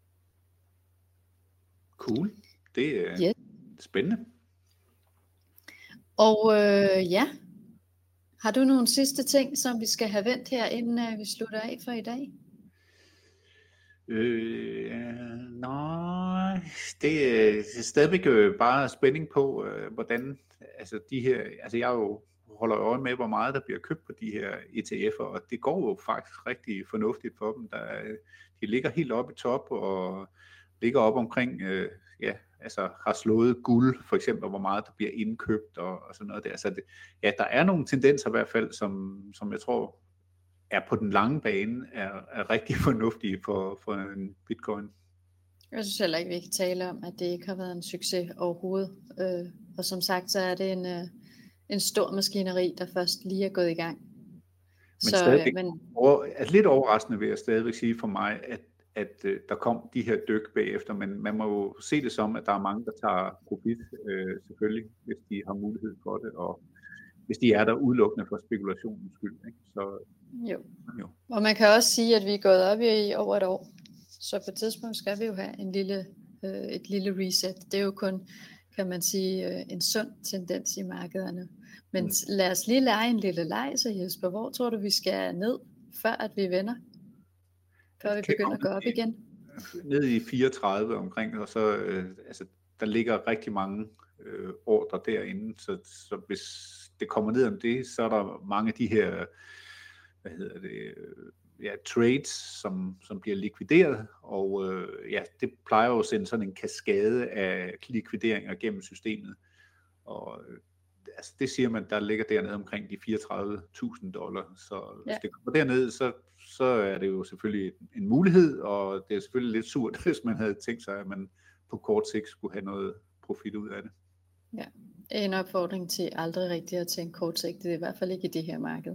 Cool. Det er yes. spændende. Og øh, ja, har du nogle sidste ting, som vi skal have vendt her, inden uh, vi slutter af for i dag? Øh, nej, det er stadigvæk bare spænding på, øh, hvordan, altså de her, altså jeg er jo holder øje med, hvor meget der bliver købt på de her E T F'er, og det går jo faktisk rigtig fornuftigt for dem. Der, de ligger helt oppe i top, og ligger op omkring, øh, ja, altså har slået guld, for eksempel, hvor meget der bliver indkøbt, og, og sådan noget der. Så det, ja, der er nogle tendenser i hvert fald, som, som jeg tror, er på den lange bane, er, er rigtig fornuftige for, for en bitcoin. Jeg synes heller ikke, vi kan tale om, at det ikke har været en succes overhovedet. Øh, og som sagt, så er det en... Øh, en stor maskineri, der først lige er gået i gang. Men, så, stadigvæk, men over, altså lidt overraskende vil jeg stadigvæk sige for mig, at, at uh, der kom de her dyk bagefter, men man må jo se det som, at der er mange, der tager profit, øh, selvfølgelig, hvis de har mulighed for det, og hvis de er der udelukkende for spekulationens skyld. Ikke? Så, jo. jo. Og man kan også sige, at vi er gået op i over et år. Så på et tidspunkt skal vi jo have en lille, øh, et lille reset. Det er jo kun, kan man sige, øh, en sund tendens i markederne. Men mm. lad os lige lege en lille leg, så Jesper. Hvor tror du, vi skal ned, før at vi vender? Før vi begynder at gå op igen? Ned i fireogtredive omkring, og så øh, altså, der ligger rigtig mange øh, ordre derinde, så, så hvis det kommer ned om det, så er der mange af de her, hvad hedder det, ja, trades, som, som bliver likvideret, og øh, ja, det plejer jo at sende sådan en kaskade af likvideringer gennem systemet, og øh, altså, det siger man, der ligger dernede omkring de fireogtredive tusind dollar, så ja. Hvis det kommer derned, så, så er det jo selvfølgelig en mulighed, og det er selvfølgelig lidt surt, hvis man havde tænkt sig, at man på kort sigt skulle have noget profit ud af det. Ja, en opfordring til aldrig rigtig at tænke kort sigt, det er i hvert fald ikke i det her marked.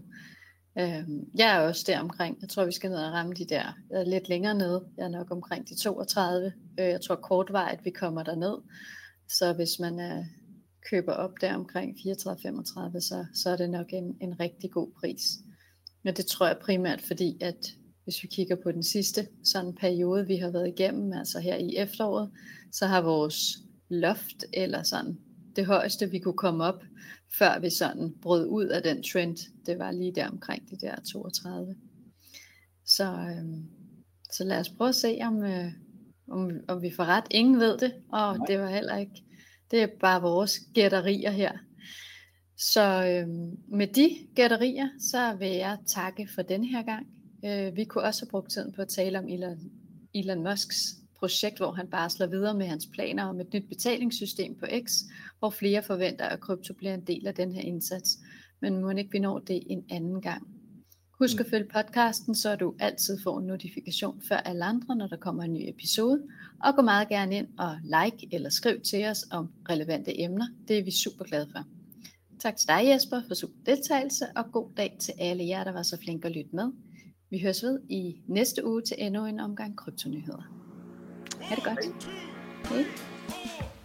Jeg er også der omkring. Jeg tror, vi skal ned og ramme de der. Jeg er lidt længere nede. Jeg er nok omkring de toogtredive. Jeg tror kortvarigt, vi kommer derned. Så hvis man uh, køber op der omkring fireogtredive femogtredive, så, så er det nok en, en rigtig god pris. Men det tror jeg primært, fordi at hvis vi kigger på den sidste sådan periode, vi har været igennem, altså her i efteråret, så har vores loft eller sådan det højeste, vi kunne komme op, før vi sådan brød ud af den trend, det var lige der omkring de der toogtredive. Så, øhm, så lad os prøve at se, om, øh, om, om vi får ret. Ingen ved det, og Nej. Det var heller ikke, det er bare vores gætterier her. Så øhm, med de gætterier, så vil jeg takke for denne her gang. Øh, vi kunne også have brugt tiden på at tale om Elon, Elon Musks projekt, hvor han barsler videre med hans planer om et nyt betalingssystem på X, hvor flere forventer, at krypto bliver en del af den her indsats. Men må ikke vi når det en anden gang. Husk at følge podcasten, så du altid får en notifikation før alle andre, når der kommer en ny episode. Og gå meget gerne ind og like eller skriv til os om relevante emner. Det er vi super glade for. Tak til dig, Jesper, for super deltagelse, og god dag til alle jer, der var så flinke at lytte med. Vi høres ved i næste uge til endnu en omgang kryptonyheder. Ha' det godt. Hej.